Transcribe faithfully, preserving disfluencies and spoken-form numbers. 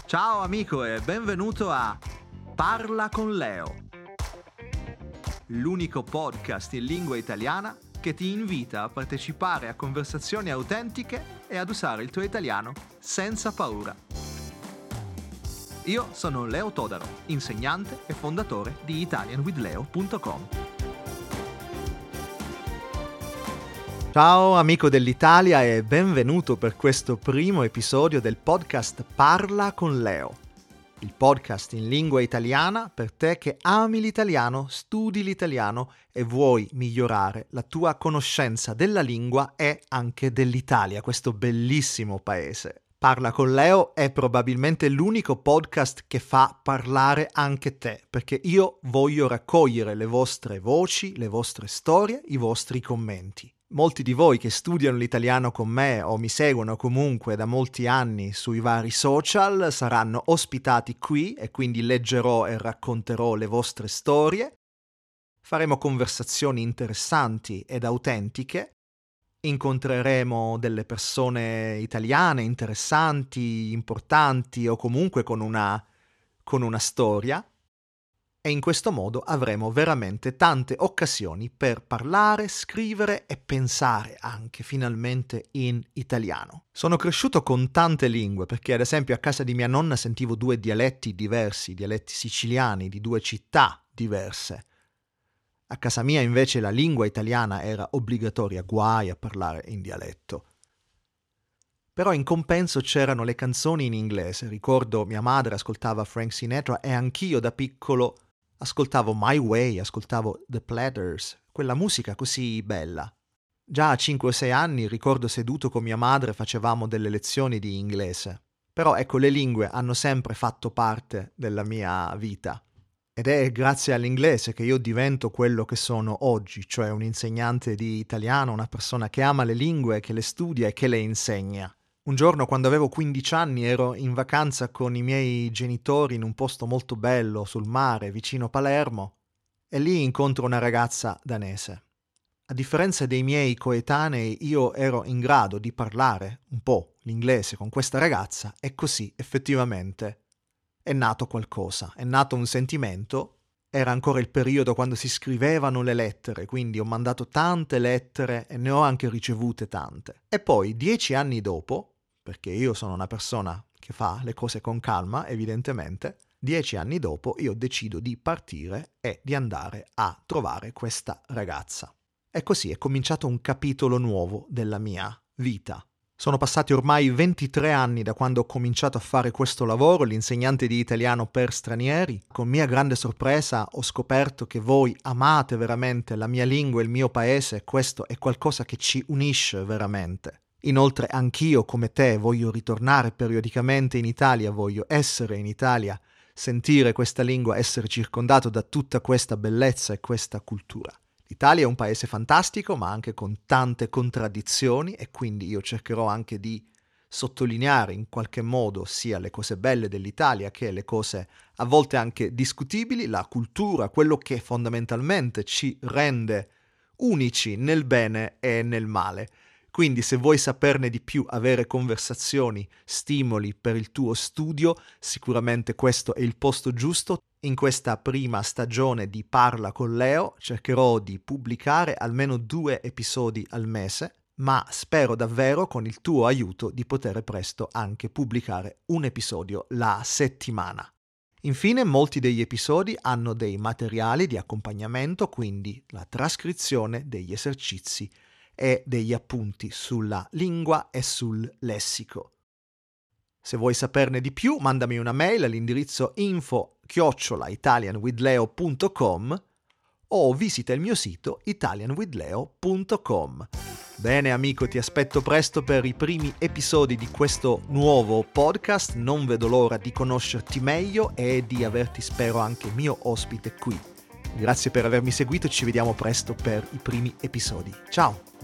Ciao amico e benvenuto a Parla con Leo, l'unico podcast in lingua italiana che ti invita a partecipare a conversazioni autentiche e ad usare il tuo italiano senza paura. Io sono Leo Todaro, insegnante e fondatore di italian with leo punto com. Ciao amico dell'Italia e benvenuto per questo primo episodio del podcast Parla con Leo, il podcast in lingua italiana per te che ami l'italiano, studi l'italiano e vuoi migliorare la tua conoscenza della lingua e anche dell'Italia, questo bellissimo paese. Parla con Leo è probabilmente l'unico podcast che fa parlare anche te, perché io voglio raccogliere le vostre voci, le vostre storie, i vostri commenti. Molti di voi che studiano l'italiano con me o mi seguono comunque da molti anni sui vari social saranno ospitati qui e quindi leggerò e racconterò le vostre storie. Faremo conversazioni interessanti ed autentiche. Incontreremo delle persone italiane interessanti, importanti o comunque con una, con una storia. E in questo modo avremo veramente tante occasioni per parlare, scrivere e pensare anche finalmente in italiano. Sono cresciuto con tante lingue perché ad esempio a casa di mia nonna sentivo due dialetti diversi, dialetti siciliani di due città diverse. A casa mia invece la lingua italiana era obbligatoria, guai a parlare in dialetto. Però in compenso c'erano le canzoni in inglese. Ricordo mia madre ascoltava Frank Sinatra e anch'io da piccolo ascoltavo My Way, ascoltavo The Platters, quella musica così bella. Già a cinque o sei anni ricordo seduto con mia madre facevamo delle lezioni di inglese. Però ecco, le lingue hanno sempre fatto parte della mia vita. Ed è grazie all'inglese che io divento quello che sono oggi, cioè un insegnante di italiano, una persona che ama le lingue, che le studia e che le insegna. Un giorno, quando avevo quindici anni, ero in vacanza con i miei genitori in un posto molto bello, sul mare, vicino Palermo, e lì incontro una ragazza danese. A differenza dei miei coetanei, io ero in grado di parlare un po' l'inglese con questa ragazza e così, effettivamente, è nato qualcosa, è nato un sentimento. Era ancora il periodo quando si scrivevano le lettere, quindi ho mandato tante lettere e ne ho anche ricevute tante. E poi, dieci anni dopo, perché io sono una persona che fa le cose con calma, evidentemente, dieci anni dopo io decido di partire e di andare a trovare questa ragazza. E così è cominciato un capitolo nuovo della mia vita. Sono passati ormai ventitré anni da quando ho cominciato a fare questo lavoro, l'insegnante di italiano per stranieri. Con mia grande sorpresa ho scoperto che voi amate veramente la mia lingua e il mio paese, questo è qualcosa che ci unisce veramente. Inoltre anch'io, come te, voglio ritornare periodicamente in Italia, voglio essere in Italia, sentire questa lingua, essere circondato da tutta questa bellezza e questa cultura. L'Italia è un paese fantastico, ma anche con tante contraddizioni e quindi io cercherò anche di sottolineare in qualche modo sia le cose belle dell'Italia che le cose a volte anche discutibili, la cultura, quello che fondamentalmente ci rende unici nel bene e nel male. Quindi se vuoi saperne di più, avere conversazioni, stimoli per il tuo studio, sicuramente questo è il posto giusto. In questa prima stagione di Parla con Leo cercherò di pubblicare almeno due episodi al mese, ma spero davvero con il tuo aiuto di poter presto anche pubblicare un episodio la settimana. Infine, molti degli episodi hanno dei materiali di accompagnamento, quindi la trascrizione degli esercizi e degli appunti sulla lingua e sul lessico. Se vuoi saperne di più, mandami una mail all'indirizzo info chiocciola italian with leo punto com o visita il mio sito italian with leo punto com. Bene amico, ti aspetto presto per i primi episodi di questo nuovo podcast, non vedo l'ora di conoscerti meglio e di averti, spero, anche mio ospite qui. Grazie per avermi seguito e ci vediamo presto per i primi episodi. Ciao!